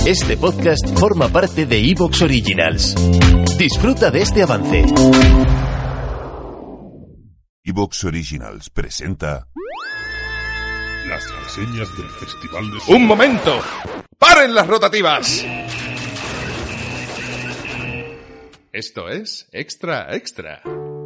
Este podcast forma parte de Evox Originals. Disfruta de este avance. Evox Originals presenta... Las reseñas del Festival de... ¡Un momento! ¡Paren las rotativas! Esto es Extra Extra.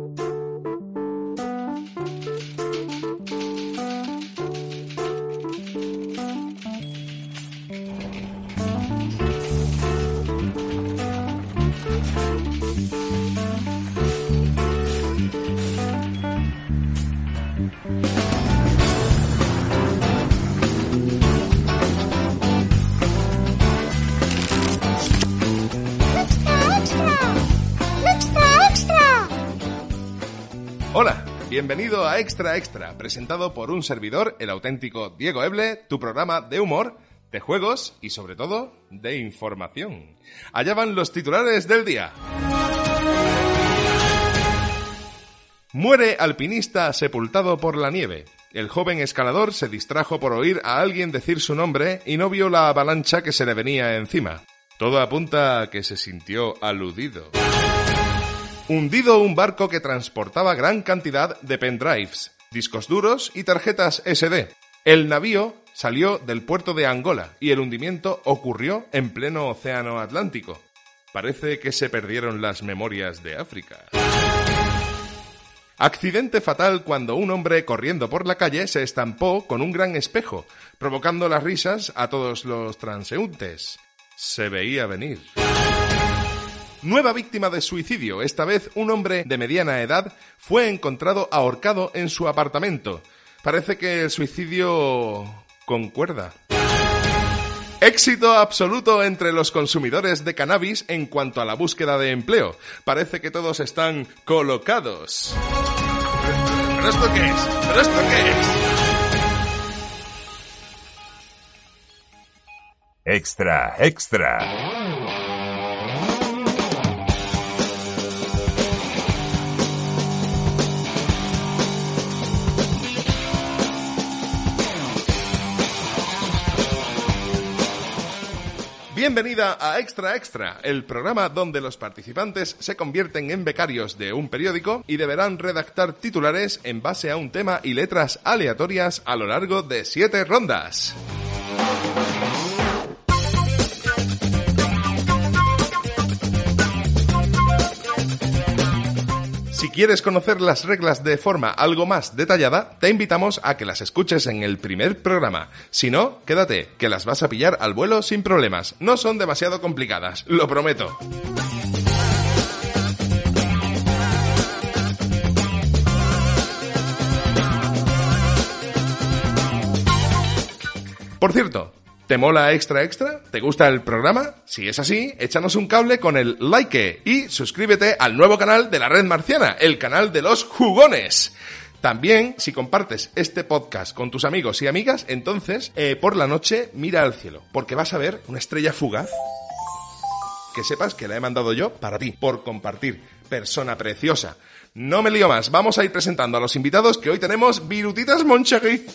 Hola, bienvenido a Extra Extra, presentado por un servidor, el auténtico Diego Eble, tu programa de humor, de juegos y sobre todo de información. Allá van los titulares del día. Muere alpinista sepultado por la nieve. El joven escalador se distrajo por oír a alguien decir su nombre y no vio la avalancha que se le venía encima. Todo apunta a que se sintió aludido. Hundido un barco que transportaba gran cantidad de pendrives, discos duros y tarjetas SD. El navío salió del puerto de Angola y el hundimiento ocurrió en pleno océano Atlántico. Parece que se perdieron las memorias de África. Accidente fatal cuando un hombre corriendo por la calle se estampó con un gran espejo, provocando las risas a todos los transeúntes. Se veía venir. Nueva víctima de suicidio. Esta vez un hombre de mediana edad fue encontrado ahorcado en su apartamento. Parece que el suicidio concuerda. Éxito absoluto entre los consumidores de cannabis en cuanto a la búsqueda de empleo. Parece que todos están colocados. ¿Pero esto qué es? ¿Pero esto qué es? Extra Extra. Bienvenida a Extra Extra, el programa donde los participantes se convierten en becarios de un periódico y deberán redactar titulares en base a un tema y letras aleatorias a lo largo de 7 rondas. Si quieres conocer las reglas de forma algo más detallada, te invitamos a que las escuches en el primer programa. Si no, quédate, que las vas a pillar al vuelo sin problemas. No son demasiado complicadas, lo prometo. Por cierto, ¿te mola Extra Extra? ¿Te gusta el programa? Si es así, échanos un cable con el like y suscríbete al nuevo canal de la Red Marciana, el canal de los jugones. También, si compartes este podcast con tus amigos y amigas, entonces, por la noche, mira al cielo, porque vas a ver una estrella fugaz. Que sepas que la he mandado yo para ti, por compartir. Persona preciosa. No me lío más, vamos a ir presentando a los invitados que hoy tenemos virutitas Monchegui.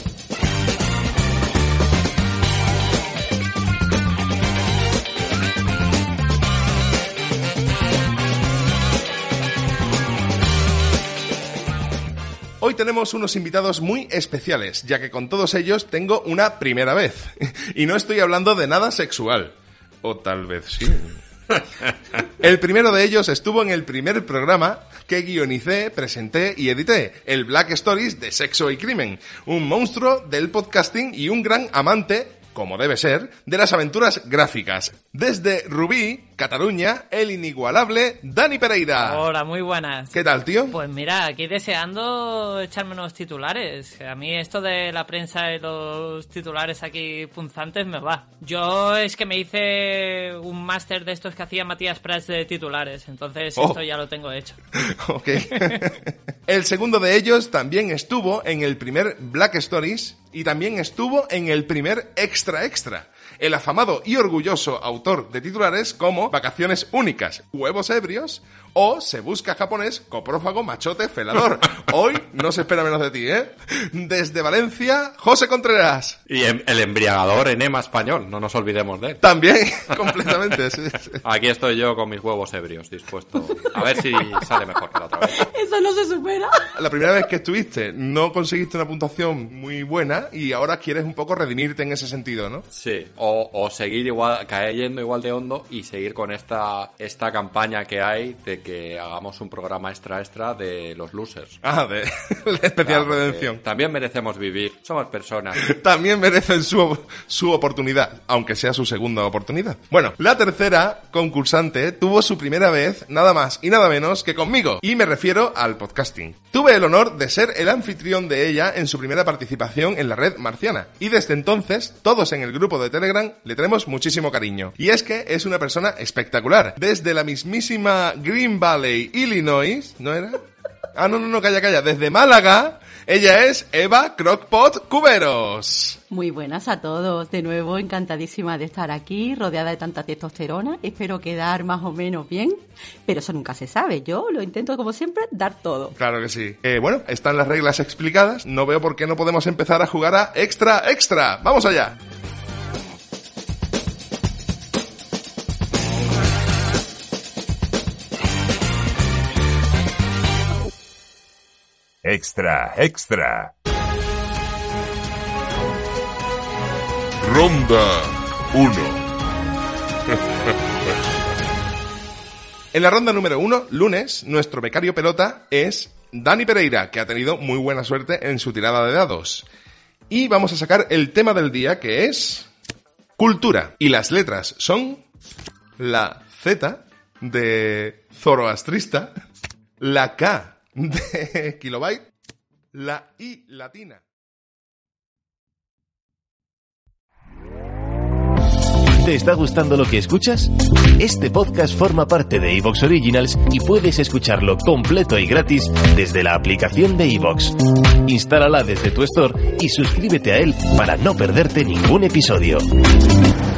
Hoy tenemos unos invitados muy especiales, ya que con todos ellos tengo una primera vez. Y no estoy hablando de nada sexual. O tal vez sí. El primero de ellos estuvo en el primer programa que guionicé, presenté y edité, el Black Stories de Sexo y Crimen. Un monstruo del podcasting y un gran amante, como debe ser, de las aventuras gráficas. Desde Rubí, Cataluña, el inigualable Dani Pereira. Hola, muy buenas. ¿Qué tal, tío? Pues mira, aquí deseando echarme unos titulares. A mí esto de la prensa y los titulares aquí punzantes me va. Yo es que me hice un máster de estos que hacía Matías Prats de titulares, entonces esto ya lo tengo hecho. Ok. El segundo de ellos también estuvo en el primer Black Stories y también estuvo en el primer Extra Extra. el afamado y orgulloso autor de titulares como Vacaciones únicas, Huevos ebrios o Se busca japonés, coprófago, machote, felador. Hoy no se espera menos de ti, ¿eh? Desde Valencia, José Contreras. Y el embriagador enema español, no nos olvidemos de él. También, completamente, sí. Aquí estoy yo con mis huevos ebrios, dispuesto a ver si sale mejor que la otra vez. Eso no se supera. La primera vez que estuviste no conseguiste una puntuación muy buena y ahora quieres un poco redimirte en ese sentido, ¿no? Sí, o seguir igual, cayendo igual de hondo y seguir con esta campaña que hay de que hagamos un programa extra de los losers. Ah, de especial redención. También merecemos vivir, somos personas. También merecen su oportunidad, aunque sea su segunda oportunidad. Bueno, la tercera concursante tuvo su primera vez nada más y nada menos que conmigo, y me refiero al podcasting. Tuve el honor de ser el anfitrión de ella en su primera participación en la red marciana, y desde entonces todos en el grupo de Telegram le tenemos muchísimo cariño. Y es que es una persona espectacular, desde la mismísima Green Valley, Illinois, ¿no era? Ah, no, calla, desde Málaga, ella es Eva Crockpot Cuberos. Muy buenas a todos, de nuevo encantadísima de estar aquí, rodeada de tanta testosterona, espero quedar más o menos bien, pero eso nunca se sabe, yo lo intento como siempre, dar todo. Claro que sí. Bueno, están las reglas explicadas, no veo por qué no podemos empezar a jugar a Extra, ¡vamos allá! Extra. Ronda 1. En la ronda número 1, lunes, nuestro becario pelota es Dani Pereira, que ha tenido muy buena suerte en su tirada de dados. Y vamos a sacar el tema del día, que es cultura. Y las letras son la Z de zoroastrista, la K de kilobyte, la I latina. ¿Te está gustando lo que escuchas? Este podcast forma parte de Evox Originals y puedes escucharlo completo y gratis desde la aplicación de Evox. Instálala desde tu store y suscríbete a él para no perderte ningún episodio.